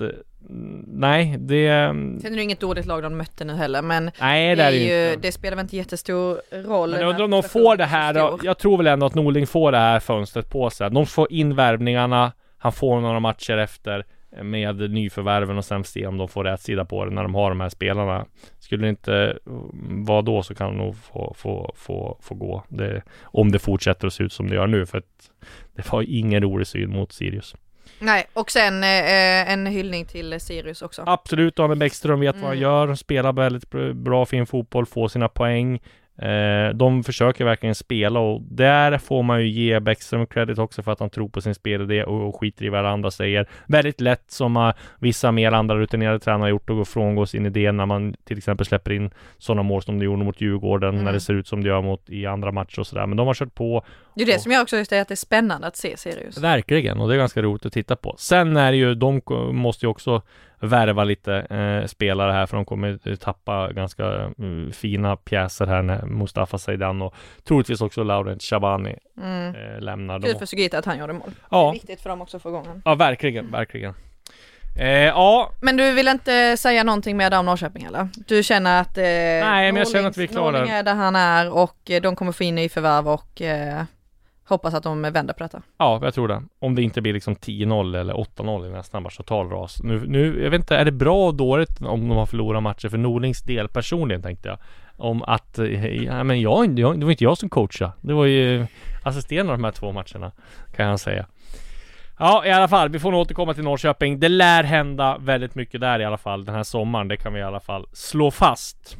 nej, det... Sen är det inget dåligt lag de mötte nu heller, men nej, det, det, är ju, inte. det spelar väl inte jättestor roll. Men de, de får det här då, jag tror väl ändå att Norling får det här fönstret på sig. De får in värvningarna, han får några matcher efter med nyförvärven, och sen se om de får rätt sida på det när de har de här spelarna. Skulle det inte vara då, så kan de nog få, få, få, få gå det, om det fortsätter att se ut som det gör nu, för att det var ingen rolig syn mot Sirius. Nej, och sen eh, en hyllning till Sirius också. Absolut, Daniel Bäckström vet mm. vad han gör, spelar väldigt bra fin fotboll, får sina poäng. Eh, de försöker verkligen spela, och där får man ju ge Bäckström credit också för att han tror på sin spelidé och, och skiter i vad andra säger. Väldigt lätt, som uh, vissa mer andra rutinerade tränare har gjort, att gå frångå sin idé när man till exempel släpper in sådana mål som de gjorde mot Djurgården, mm. när det ser ut som det gör mot i andra matcher och sådär. Men de har kört på. Det är det och, som jag också säger att det är spännande att se Sirius. Verkligen, och det är ganska roligt att titta på. Sen är det ju, de måste ju också värva lite eh, spelare här, för de kommer tappa ganska uh, fina pjäser här när Mustafa Zeidan och troligtvis också Laurent Shabani mm. eh, lämnar. Kul för Sugita att han gjorde mål. Ja. Det är viktigt för dem också att få igång. Ja, verkligen, verkligen. Eh, ja. Men du vill inte säga någonting mer om Norrköping, eller? Du känner att eh, Nej, men jag känner att vi är klara. Norling är där han är, och eh, de kommer få in i förvärv, och eh, hoppas att de vänder på detta. Ja, jag tror det. Om det inte blir liksom tio noll eller åtta noll i nästa match, total ras. Nu, nu, jag vet inte, är det bra och dåligt om de har förlorat matcher för Norlings del personligen, tänkte jag. Om att, ja men jag, jag, det var inte jag som coachade. Det var ju assisterande de här två matcherna, kan jag säga. Ja, i alla fall, vi får nog återkomma till Norrköping. Det lär hända väldigt mycket där i alla fall den här sommaren. Det kan vi i alla fall slå fast.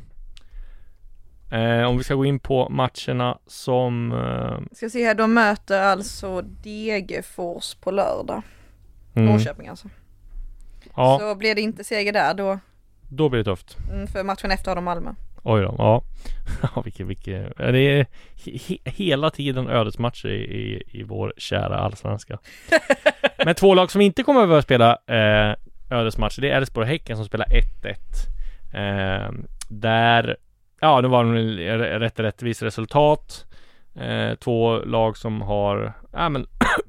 Eh, om vi ska gå in på matcherna som... Eh... Ska se här, de möter alltså Degerfors på lördag. Mm. Norrköping alltså. Ja. Så blir det inte seger där då. Då blir det tufft. Mm, för matchen efter har de Malmö. Oj då, ja. Ja, vilket, vilket... Det är he, hela tiden ödesmatcher i, i, i vår kära allsvenska. Men två lag som inte kommer att behöva spela eh, ödesmatcher, det är Elfsborg och Häcken som spelar ett ett. Eh, där... Ja, det var en rätt rättvis resultat. Eh, två lag som har ja, men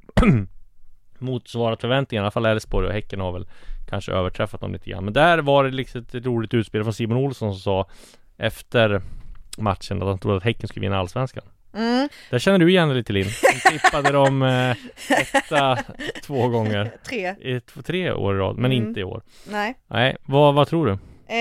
motsvarat förväntningarna. I alla fall Elfsborg och Häcken har väl kanske överträffat dem lite grann. Men där var det liksom ett roligt utspel från Simon Olsson som sa efter matchen att han trodde att Häcken skulle vinna allsvenskan. Mm. Där känner du igen lite, Linn. De tippade dem eh, etta två gånger. Tre. I t- tre år i rad, men mm. inte i år. Nej. Nej, vad, vad tror du?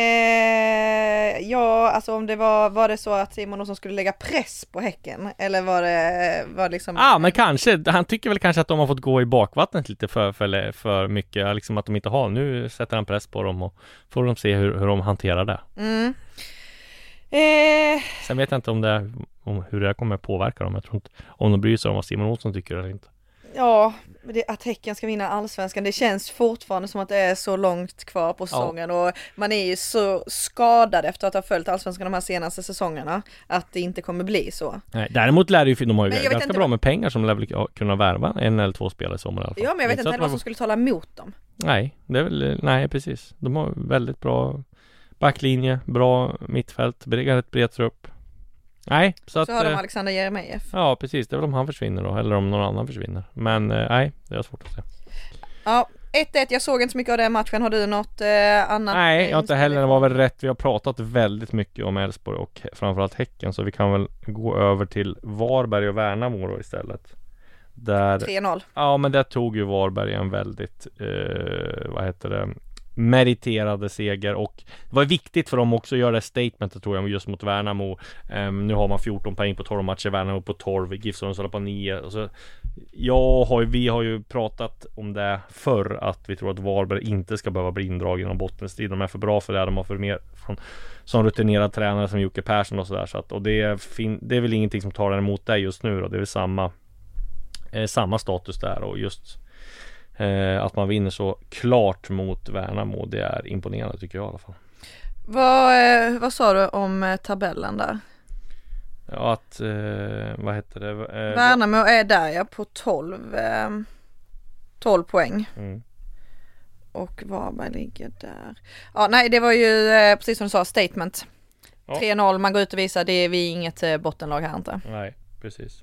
Eh, ja, alltså om det var, var det så att Simon Olsson skulle lägga press på Häcken? Eller var det, var det liksom... Ja, ah, men kanske. Han tycker väl kanske att de har fått gå i bakvattnet lite för, för, för mycket. Liksom att de inte har. Nu sätter han press på dem och får de se hur, hur de hanterar det. Mm. Eh... Sen vet jag inte om det, om hur det kommer påverka dem. Jag tror inte om de bryr sig om vad Simon Olsson tycker eller inte. Ja, det, att Häcken ska vinna allsvenskan, det känns fortfarande som att det är så långt kvar på säsongen. Ja. Och man är ju så skadad efter att ha följt allsvenskan de här senaste säsongerna att det inte kommer bli så. Nej, däremot lär det ju, de har ju ganska inte, bra med pengar som lär väl kunna värva en eller två spelare i sommar i alla fall. Ja, men jag vet inte heller vad man... som skulle tala emot dem. Nej, det är väl, nej precis. De har väldigt bra backlinje, bra mittfält, ett bred trupp. Nej, så, så att, har de Alexander Jeremejeff. Ja, precis. Det är väl om han försvinner då, eller om någon annan försvinner. Men eh, nej, det är svårt att säga. Ja, ett ett. Jag såg inte så mycket av den matchen. Har du något eh, annat? Nej, jag har inte heller. Det var väl rätt. Vi har pratat väldigt mycket om Elfsborg och framförallt Häcken, så vi kan väl gå över till Varberg och Värnamo då istället. Där, tre noll. Ja, men där tog ju Varberg en väldigt, eh, vad heter det, meriterade seger, och det var viktigt för dem också att göra det statementet, tror jag, just mot Värnamo. Um, nu har man fjorton poäng på tolv matcher, Värnamo på tolv, Gifsson håller på nio. Alltså, jag har, vi har ju pratat om det förr, att vi tror att Varberg inte ska behöva bli indragen av bottenstrid. De är för bra för det, de har för mer från, som rutinerad tränare som Jocke Persson och sådär, så att, och det är, fin, det är väl ingenting som tar emot dig just nu då. Det är väl samma eh, samma status där, och just Eh, att man vinner så klart mot Värnamo, det är imponerande tycker jag i alla fall. Vad, eh, vad sa du om eh, tabellen där? Ja, att, eh, vad heter det? Eh, Värnamo är där, ja, på tolv, eh, tolv poäng. Mm. Och Varberg ligger där. Ja, nej, det var ju eh, precis som du sa, statement. Ja. tre noll, man går ut och visar, det är vi inget eh, bottenlag här inte. Nej, precis.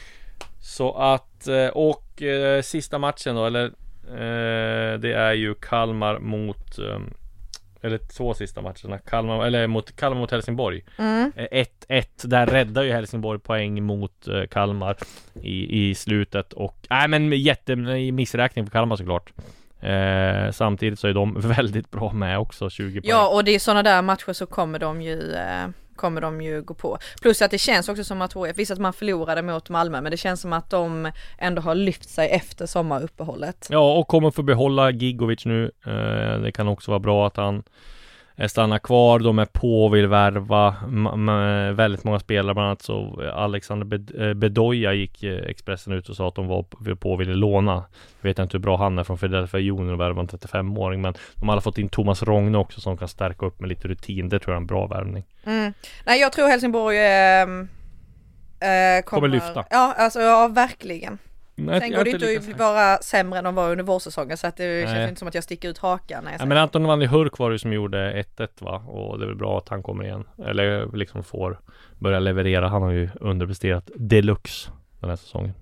Så att, och eh, sista matchen då, eller eh, det är ju Kalmar mot eh, eller två sista matcherna, Kalmar, eller mot Kalmar mot Helsingborg. Mm. ett ett, där räddar ju Helsingborg poäng mot eh, Kalmar i, i slutet, och nej men jätte missräkning för Kalmar såklart. Eh, samtidigt så är de väldigt bra med också, tjugo poäng. Ja, och det är sådana där matcher så kommer de ju eh, kommer de ju gå på. Plus att det känns också som att H F, visst att man förlorade mot Malmö, men det känns som att de ändå har lyft sig efter sommaruppehållet. Ja, och kommer få behålla Gigovic nu. Eh, det kan också vara bra att han stannar kvar. De är på och vill värva m- m- väldigt många spelare, bland annat så Alexander Bed- Bedoya gick Expressen ut och sa att de var på och ville låna. Jag vet inte hur bra han är från Philadelphia Union och värva en trettiofem-åring, men de har alla fått in Thomas Rogne också som kan stärka upp med lite rutin. Det tror jag är en bra värvning. Mm. Nej, jag tror Helsingborg äh, äh, kommer... kommer lyfta. Ja, alltså ja, verkligen. Nej, sen går det inte att vara sämre än de var under vårsäsongen, så att det Nej. känns inte som att jag sticker ut hakan. Nej, men Anton Vanli Hurk var det som gjorde ett ett, va? Och det är väl bra att han kommer igen. Eller liksom får börja leverera. Han har ju underpresterat deluxe den här säsongen.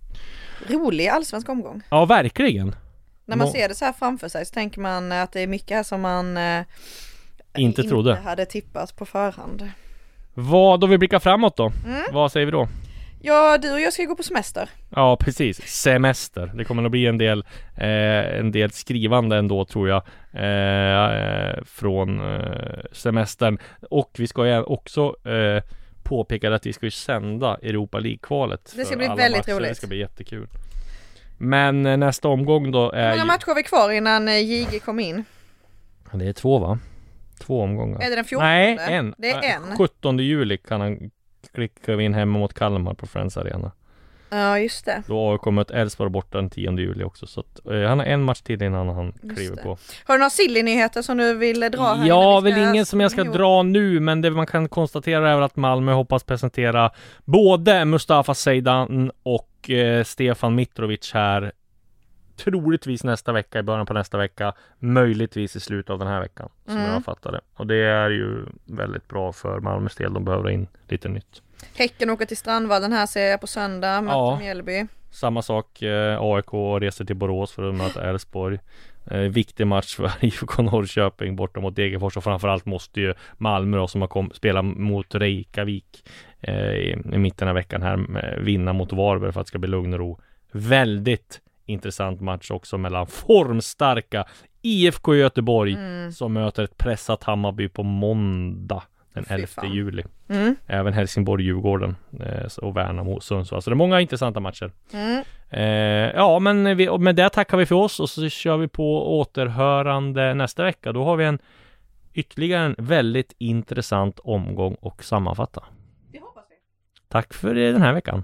Rolig allsvensk omgång. Ja, verkligen. När man Må- ser det så här framför sig så tänker man att det är mycket här som man eh, inte trodde. hade tippat på förhand. Vad, då vi blickar framåt då? Mm. Vad säger vi då? Ja, du och jag ska gå på semester. Ja, precis. Semester. Det kommer att bli en del eh, en del skrivande ändå, tror jag, eh, från eh, semestern. Och vi ska ju också eh, påpeka att vi ska ju sända Europa League-kvalet. Det ska bli väldigt matcher. roligt. Det ska bli jättekul. Men eh, nästa omgång då är... Hur många matcher har vi kvar innan eh, J G kom in? Det är två, va? Två omgångar. Är det den fjortonde? Nej, en. Det är en. sjuttonde juli kan han klicka in hemma mot Kalmar på Friends Arena. Ja, just det. Då har kommit Elfsborg borta den tionde juli också. Så att, eh, han har en match till innan han kliver på. Har du några silly-nyheter som du vill dra här? Ja, väl ingen som jag ska dra nu. Men det man kan konstatera är att Malmö hoppas presentera både Mustafa Seydan och eh, Stefan Mitrovic här. Troligtvis nästa vecka, i början på nästa vecka. Möjligtvis i slutet av den här veckan, som Mm. jag fattar det. Och det är ju väldigt bra för Malmös del. De behöver in lite nytt. Häcken åker till Strandvallen här, ser jag på söndag. Möter Ja. Mjällby. Samma sak, eh, A I K reser till Borås för att möta Elfsborg. Eh, viktig match för I F K Norrköping borta mot Degerfors, och framförallt måste ju Malmö då, som har kom, spelat mot Reykjavik eh, i, i mitten av veckan här, eh, vinna mot Varberg för att det ska bli lugn och ro. Väldigt intressant match också mellan formstarka I F K Göteborg Mm. som möter ett pressat Hammarby på måndag den Fy elfte fan. juli. Mm. Även Helsingborg-Djurgården eh, och Värnamo och Sundsvall. Så det är många intressanta matcher. Mm. Eh, ja, men vi, med det tackar vi för oss och så kör vi på återhörande nästa vecka. Då har vi en ytterligare en väldigt intressant omgång och sammanfatta. Det hoppas vi. Tack för den här veckan.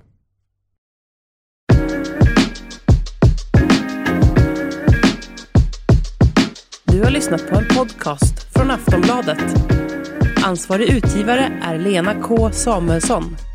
Du har lyssnat på en podcast från Aftonbladet. Ansvarig utgivare är Lena K Samuelsson.